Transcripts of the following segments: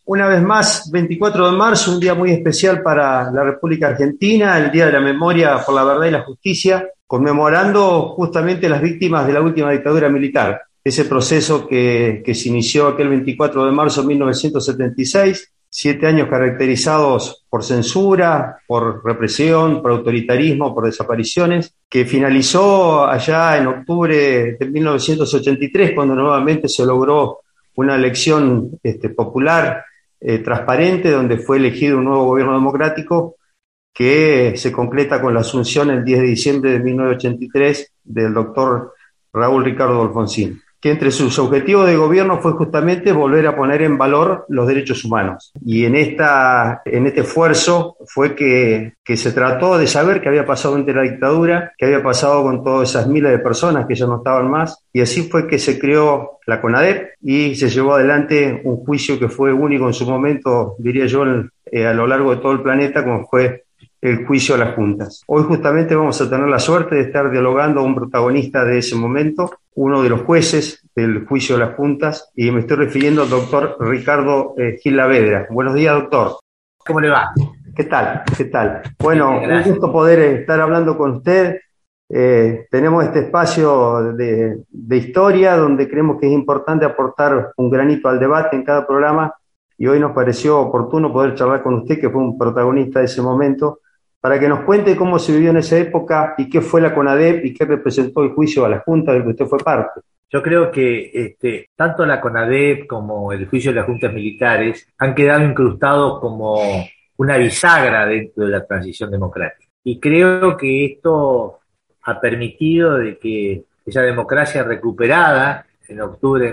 Una vez más, 24 de marzo, un día muy especial para la República Argentina, el Día de la Memoria por la Verdad y la Justicia, conmemorando justamente las víctimas de la última dictadura militar, ese proceso que se inició aquel 24 de marzo de 1976, 7 años caracterizados por censura, por represión, por autoritarismo, por desapariciones, que finalizó allá en octubre de 1983, cuando nuevamente se logró una elección popular, transparente, donde fue elegido un nuevo gobierno democrático que se concreta con la asunción el 10 de diciembre de 1983 del doctor Raúl Ricardo Alfonsín, que entre sus objetivos de gobierno fue justamente volver a poner en valor los derechos humanos. Y en este esfuerzo fue que se trató de saber qué había pasado ante la dictadura, qué había pasado con todas esas miles de personas que ya no estaban más, y así fue que se creó la CONADEP y se llevó adelante un juicio que fue único en su momento, diría yo, a lo largo de todo el planeta, como fue el juicio a las juntas. Hoy justamente vamos a tener la suerte de estar dialogando a un protagonista de ese momento, uno de los jueces del juicio a las juntas, y me estoy refiriendo al doctor Ricardo Gil Lavedra. Buenos días, doctor. ¿Cómo le va? ¿Qué tal? ¿Qué tal? Bueno, un gusto poder estar hablando con usted. Tenemos este espacio de historia donde creemos que es importante aportar un granito al debate en cada programa, y hoy nos pareció oportuno poder charlar con usted, que fue un protagonista de ese momento, para que nos cuente cómo se vivió en esa época y qué fue la CONADEP y qué representó el juicio a la Junta del que usted fue parte. Yo creo que tanto la CONADEP como el juicio de las juntas militares han quedado incrustados como una bisagra dentro de la transición democrática. Y creo que esto ha permitido de que esa democracia recuperada en octubre de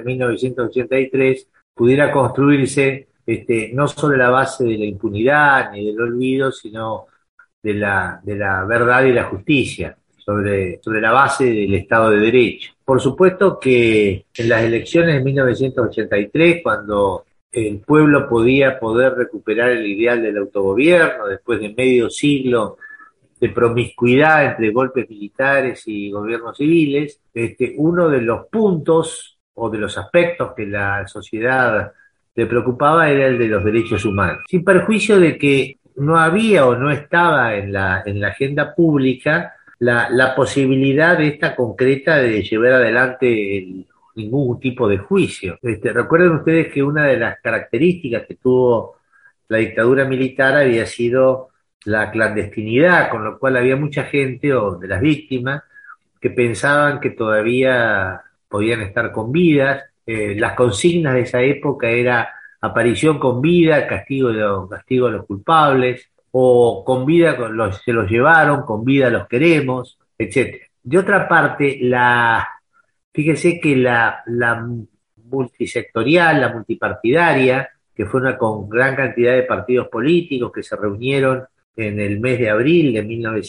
1983 pudiera construirse no sobre la base de la impunidad ni del olvido, sino de la verdad y la justicia, sobre la base del Estado de Derecho. Por supuesto que en las elecciones de 1983, cuando el pueblo poder recuperar el ideal del autogobierno, después de medio siglo de promiscuidad entre golpes militares y gobiernos civiles, uno de los puntos o de los aspectos que la sociedad le preocupaba era el de los derechos humanos, sin perjuicio de que no había o no estaba en la agenda pública la posibilidad de esta concreta de llevar adelante ningún tipo de juicio. Recuerden ustedes que una de las características que tuvo la dictadura militar había sido la clandestinidad, con lo cual había mucha gente, o de las víctimas, que pensaban que todavía podían estar con vidas. Las consignas de esa época era aparición con vida, castigo a los culpables, o con vida se los llevaron, con vida los queremos, etc. De otra parte, fíjese que la multisectorial, la multipartidaria, que fue una con gran cantidad de partidos políticos que se reunieron en el mes de abril de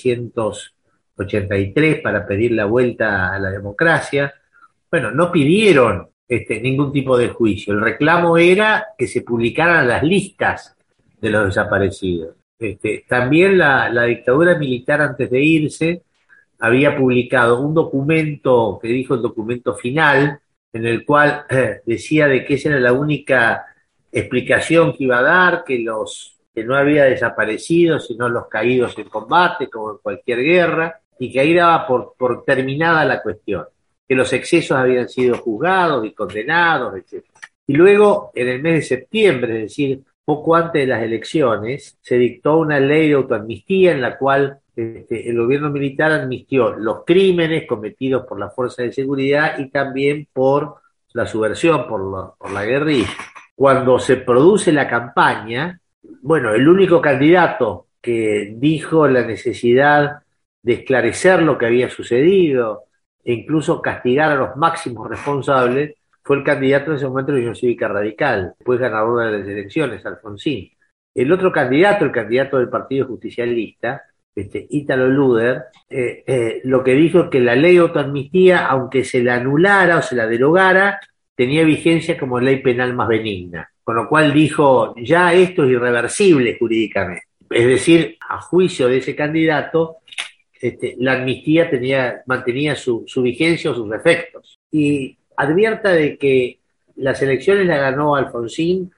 1983 para pedir la vuelta a la democracia, bueno, no pidieron ningún tipo de juicio. El reclamo era que se publicaran las listas de los desaparecidos. También la dictadura militar, antes de irse, había publicado un documento que dijo el documento final, en el cual decía de que esa era la única explicación que iba a dar, que no había desaparecidos, sino los caídos en combate, como en cualquier guerra, y que ahí daba por terminada la cuestión, que los excesos habían sido juzgados y condenados, etc. Y luego, en el mes de septiembre, es decir, poco antes de las elecciones, se dictó una ley de autoamnistía en la cual el gobierno militar amnistió los crímenes cometidos por las fuerzas de seguridad y también por la subversión, por la guerrilla. Cuando se produce la campaña, bueno, el único candidato que dijo la necesidad de esclarecer lo que había sucedido e incluso castigar a los máximos responsables fue el candidato en ese momento de la Unión Cívica Radical, después ganador de las elecciones, Alfonsín. El otro candidato, el candidato del Partido Justicialista, Ítalo Luder, lo que dijo es que la ley de autoamnistía, aunque se la anulara o se la derogara, tenía vigencia como ley penal más benigna. Con lo cual dijo, ya esto es irreversible jurídicamente. Es decir, a juicio de ese candidato, la amnistía mantenía su vigencia o sus efectos. Y advierta de que las elecciones las ganó Alfonsín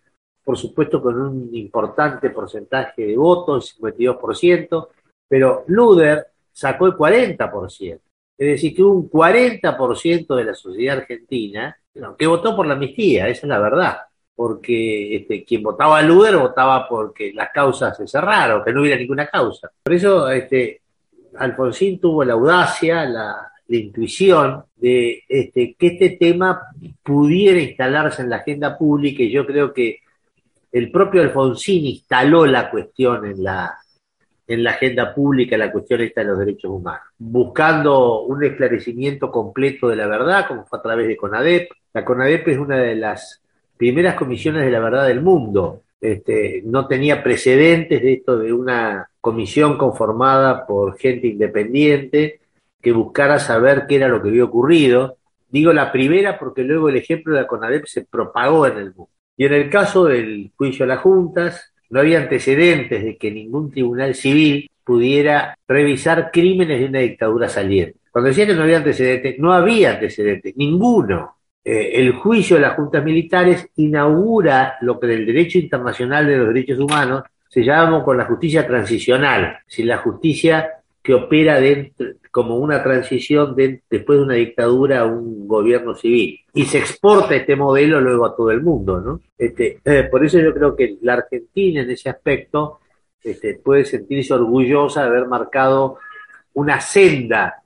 por supuesto con un importante porcentaje de votos, 52%, pero Luder sacó el 40%. Es decir, que hubo un 40% de la sociedad argentina que votó por la amnistía, esa es la verdad. Porque quien votaba a Luder votaba porque las causas se cerraron, que no hubiera ninguna causa. Por eso Alfonsín tuvo la audacia, la intuición de que este tema pudiera instalarse en la agenda pública, y yo creo que el propio Alfonsín instaló la cuestión en la agenda pública, la cuestión esta de los derechos humanos, buscando un esclarecimiento completo de la verdad, como fue a través de CONADEP. La CONADEP es una de las primeras comisiones de la verdad del mundo. No tenía precedentes de esto, de una comisión conformada por gente independiente que buscara saber qué era lo que había ocurrido. Digo la primera porque luego el ejemplo de la CONADEP se propagó en el mundo. Y en el caso del juicio a las juntas, no había antecedentes de que ningún tribunal civil pudiera revisar crímenes de una dictadura saliente. Cuando decía que no había antecedentes, no había antecedentes, ninguno. El juicio de las juntas militares inaugura lo que en el derecho internacional de los derechos humanos se llama con la justicia transicional, es decir, la justicia que opera como una transición después de una dictadura a un gobierno civil. Y se exporta este modelo luego a todo el mundo, ¿no? Por eso yo creo que la Argentina en ese aspecto puede sentirse orgullosa de haber marcado una senda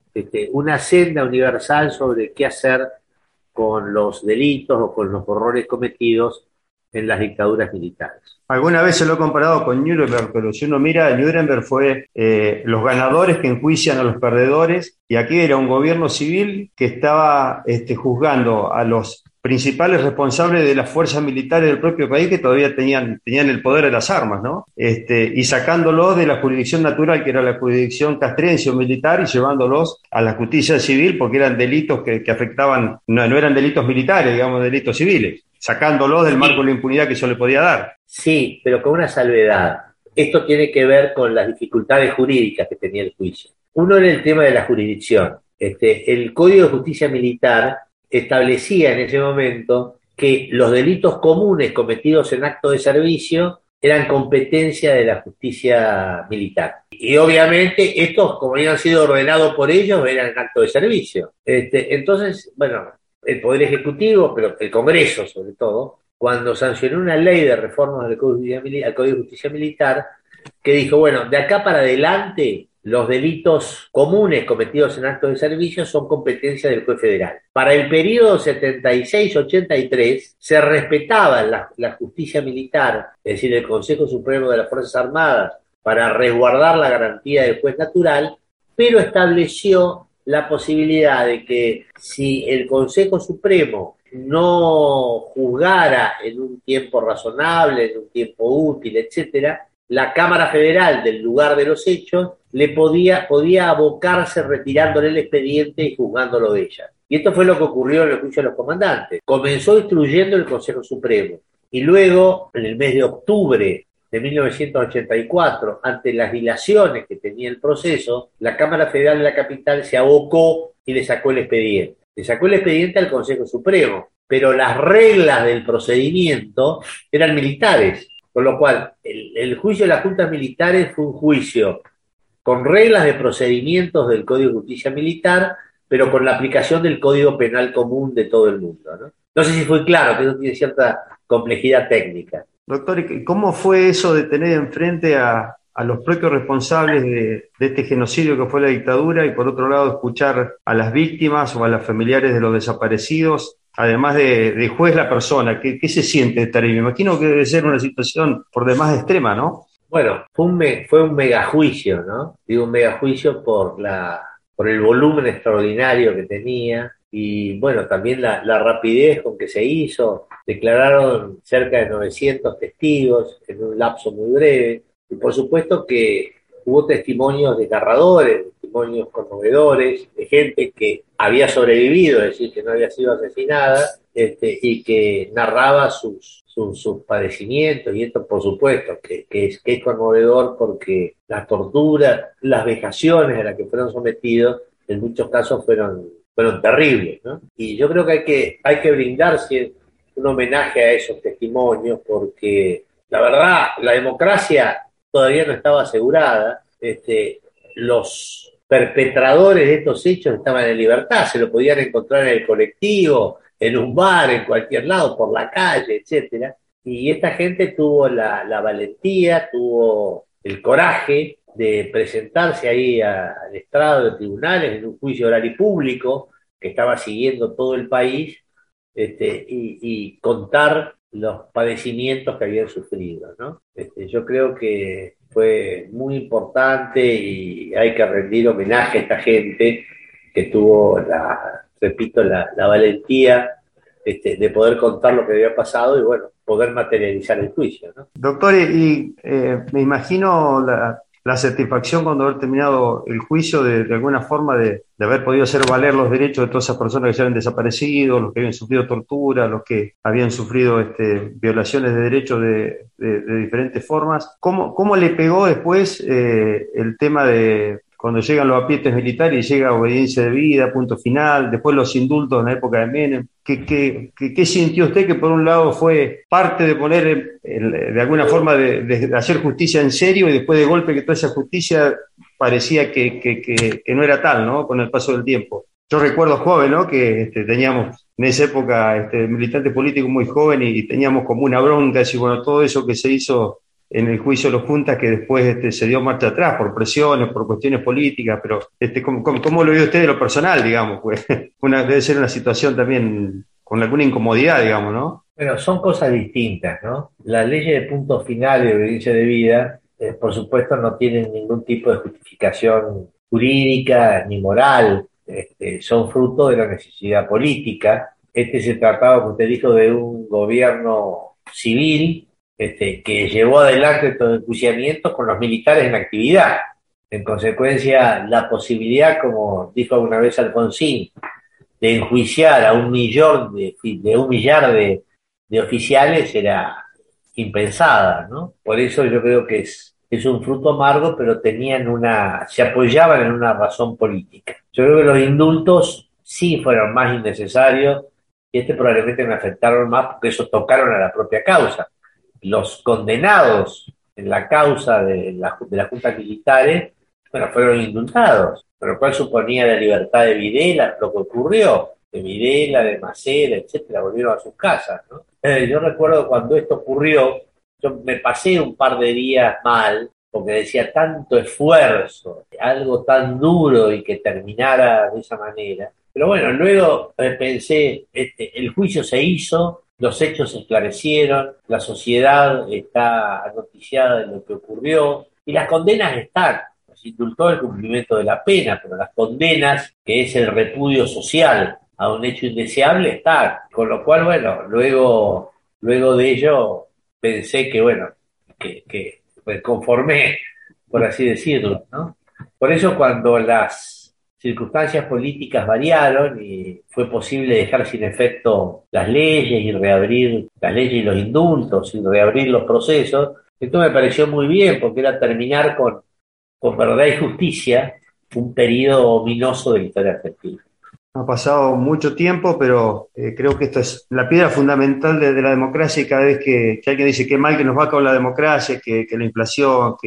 universal sobre qué hacer con los delitos o con los horrores cometidos en las dictaduras militares. Alguna vez se lo he comparado con Nuremberg, pero si uno mira, Nuremberg fue los ganadores que enjuician a los perdedores, y aquí era un gobierno civil que estaba juzgando a los principales responsables de las fuerzas militares del propio país, que todavía tenían el poder de las armas, ¿no? Y sacándolos de la jurisdicción natural, que era la jurisdicción castrense o militar, y llevándolos a la justicia civil, porque eran delitos que afectaban, no eran delitos militares, digamos, delitos civiles, sacándolos del marco de la impunidad que eso le podía dar. Sí, pero con una salvedad. Esto tiene que ver con las dificultades jurídicas que tenía el juicio. Uno era el tema de la jurisdicción. El Código de Justicia Militar establecía en ese momento que los delitos comunes cometidos en acto de servicio eran competencia de la justicia militar. Y obviamente estos, como habían sido ordenados por ellos, eran acto de servicio. Entonces, bueno, el Poder Ejecutivo, pero el Congreso sobre todo, cuando sancionó una ley de reformas al Código de Justicia Militar, que dijo, bueno, de acá para adelante los delitos comunes cometidos en actos de servicio son competencia del juez federal. Para el periodo 76-83 se respetaba la justicia militar, es decir, el Consejo Supremo de las Fuerzas Armadas, para resguardar la garantía del juez natural, pero estableció la posibilidad de que si el Consejo Supremo no juzgara en un tiempo razonable, en un tiempo útil, etcétera, la Cámara Federal del lugar de los hechos le podía abocarse retirándole el expediente y juzgándolo de ella. Y esto fue lo que ocurrió en el juicio de los comandantes. Comenzó instruyendo el Consejo Supremo y luego, en el mes de octubre de 1984, ante las dilaciones que tenía el proceso, la Cámara Federal de la capital se abocó y le sacó el expediente. Le sacó el expediente al Consejo Supremo, pero las reglas del procedimiento eran militares, con lo cual el juicio de las juntas militares fue un juicio con reglas de procedimientos del Código de Justicia Militar, pero con la aplicación del Código Penal Común de todo el mundo, ¿no? No sé si fue claro, que eso tiene cierta complejidad técnica. Doctor, ¿cómo fue eso de tener enfrente a los propios responsables de este genocidio que fue la dictadura, y por otro lado escuchar a las víctimas o a los familiares de los desaparecidos, además de juez la persona? ¿Qué se siente de estar ahí? Me imagino que debe ser una situación por demás extrema, ¿no? Bueno, fue un megajuicio, ¿no? Digo un megajuicio por el volumen extraordinario que tenía, y bueno, también la rapidez con que se hizo. Declararon cerca de 900 testigos en un lapso muy breve, y por supuesto que hubo testimonios desgarradores, testimonios conmovedores, de gente que había sobrevivido, es decir, que no había sido asesinada, y que narraba sus padecimientos, y esto por supuesto que es conmovedor, porque la tortura, las vejaciones a las que fueron sometidos, en muchos casos fueron terribles, ¿no? Y yo creo que hay que brindar un homenaje a esos testimonios, porque la verdad, la democracia todavía no estaba asegurada. Los perpetradores de estos hechos estaban en libertad, se lo podían encontrar en el colectivo, en un bar, en cualquier lado, por la calle, etcétera. Y esta gente tuvo la valentía, tuvo el coraje de presentarse ahí al estrado de tribunales en un juicio oral y público que estaba siguiendo todo el país, y contar los padecimientos que habían sufrido, ¿no? Yo creo que fue muy importante y hay que rendir homenaje a esta gente que tuvo repito, la valentía, de poder contar lo que había pasado y, bueno, poder materializar el juicio, ¿no? Doctor, me imagino la satisfacción cuando haber terminado el juicio de alguna forma de haber podido hacer valer los derechos de todas esas personas que se habían desaparecido, los que habían sufrido tortura, los que habían sufrido violaciones de derechos de diferentes formas. ¿Cómo le pegó después el tema de cuando llegan los aprietes militares y llega obediencia de vida, punto final, después los indultos en la época de Menem? ¿Qué sintió usted que por un lado fue parte de poner de alguna forma de hacer justicia en serio y después de golpe que toda esa justicia parecía que no era tal, ¿no? Con el paso del tiempo. Yo recuerdo joven, ¿no? Que teníamos en esa época militante político muy joven y teníamos como una bronca, decir, bueno, todo eso que se hizo en el juicio de los juntas que después se dio marcha atrás por presiones, por cuestiones políticas, pero ¿cómo lo vio usted de lo personal, digamos? Pues debe ser una situación también con alguna incomodidad, digamos, ¿no? Bueno, son cosas distintas, ¿no? Las leyes de punto final y obediencia de vida, por supuesto, no tienen ningún tipo de justificación jurídica ni moral, son fruto de la necesidad política. Se trataba, como usted dijo, de un gobierno civil, que llevó adelante estos enjuiciamientos con los militares en actividad. En consecuencia, la posibilidad, como dijo alguna vez Alfonsín, de enjuiciar a un millar de oficiales era impensada, ¿no? Por eso yo creo que es un fruto amargo, pero se apoyaban en una razón política. Yo creo que los indultos sí fueron más innecesarios y probablemente me afectaron más porque eso tocaron a la propia causa. Los condenados en la causa de las juntas militares, bueno, fueron indultados, pero lo cual suponía la libertad de Videla, lo que ocurrió, de Videla, de Macera, etcétera, volvieron a sus casas, ¿no? Yo recuerdo cuando esto ocurrió, yo me pasé un par de días mal, porque decía tanto esfuerzo, algo tan duro y que terminara de esa manera. Pero bueno, luego pensé, el juicio se hizo, los hechos se esclarecieron, la sociedad está noticiada de lo que ocurrió y las condenas están. Se indultó el cumplimiento de la pena, pero las condenas, que es el repudio social a un hecho indeseable, están. Con lo cual, bueno, luego de ello pensé que, bueno, que me conformé, por así decirlo, ¿no? Por eso cuando las circunstancias políticas variaron y fue posible dejar sin efecto las leyes y reabrir las leyes y los indultos y reabrir los procesos, esto me pareció muy bien porque era terminar con verdad y justicia un periodo ominoso de la historia argentina. Ha pasado mucho tiempo, pero creo que esta es la piedra fundamental de la democracia y cada vez que alguien dice qué mal que nos va con la democracia, que la inflación,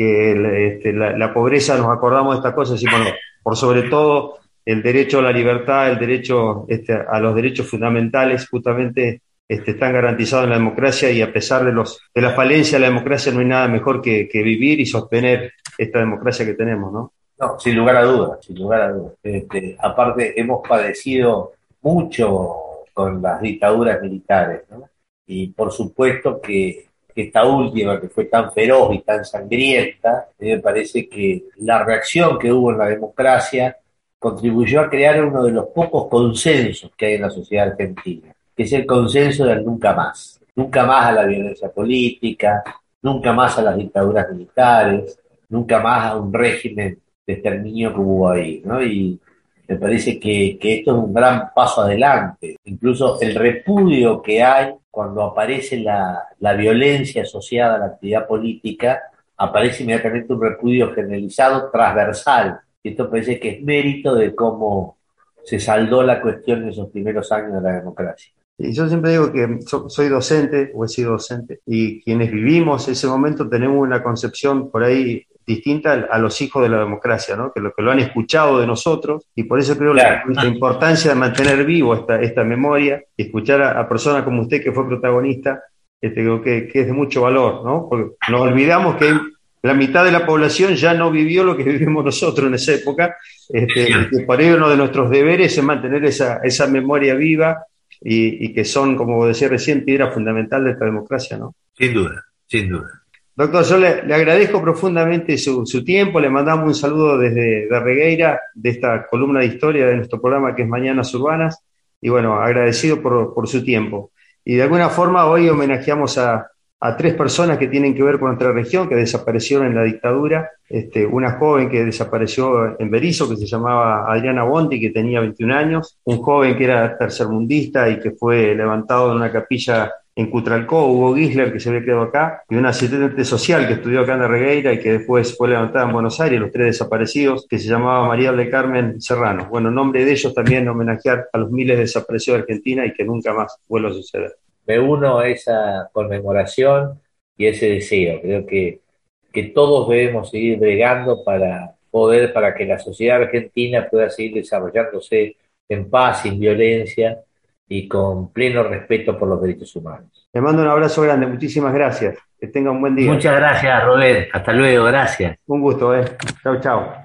que la pobreza, nos acordamos de estas cosas y bueno, por sobre todo el derecho a la libertad, el derecho a los derechos fundamentales justamente están garantizados en la democracia y a pesar de la falencia de la democracia no hay nada mejor que vivir y sostener esta democracia que tenemos, ¿no? No, sin lugar a dudas, sin lugar a dudas. Aparte, hemos padecido mucho con las dictaduras militares, ¿no? Y por supuesto que esta última, que fue tan feroz y tan sangrienta, me parece que la reacción que hubo en la democracia contribuyó a crear uno de los pocos consensos que hay en la sociedad argentina, que es el consenso del nunca más. Nunca más a la violencia política, nunca más a las dictaduras militares, nunca más a un régimen de exterminio que hubo ahí, ¿no? Y me parece que esto es un gran paso adelante. Incluso el repudio que hay cuando aparece la violencia asociada a la actividad política, aparece inmediatamente un repudio generalizado, transversal. Y esto parece que es mérito de cómo se saldó la cuestión en esos primeros años de la democracia. Y yo siempre digo que soy docente o he sido docente y quienes vivimos ese momento tenemos una concepción por ahí distinta a los hijos de la democracia, ¿no? Que lo han escuchado de nosotros y por eso creo Claro, la importancia de mantener vivo esta memoria y escuchar a personas como usted que fue protagonista, creo que es de mucho valor, ¿no? Porque nos olvidamos que la mitad de la población ya no vivió lo que vivimos nosotros en esa época, es y cierto. que por ello uno de nuestros deberes es mantener esa memoria viva y que son, como decía recién, piedra fundamental de esta democracia, ¿no? Sin duda, sin duda. Doctor, yo le agradezco profundamente su tiempo, le mandamos un saludo desde de Regueira, de esta columna de historia de nuestro programa que es Mañanas Urbanas, y bueno, agradecido por su tiempo. Y de alguna forma hoy homenajeamos a tres personas que tienen que ver con nuestra región, que desaparecieron en la dictadura. Una joven que desapareció en Berisso, que se llamaba Adriana Bonti, que tenía 21 años, un joven que era tercermundista y que fue levantado en una capilla en Cutralcó, Hugo Gisler, que se había quedado acá, y una asistente social que estudió acá en la Regueira y que después fue levantada en Buenos Aires, los tres desaparecidos, que se llamaba María del Carmen Serrano. Bueno, en nombre de ellos también homenajear a los miles de desaparecidos de Argentina y que nunca más vuelva a suceder. Me uno a esa conmemoración y ese deseo. Creo que todos debemos seguir bregando para que la sociedad argentina pueda seguir desarrollándose en paz, sin violencia y con pleno respeto por los derechos humanos. Le mando un abrazo grande, muchísimas gracias. Que tenga un buen día. Muchas gracias, Robert. Hasta luego, gracias. Un gusto, ¿eh? Chau, chau.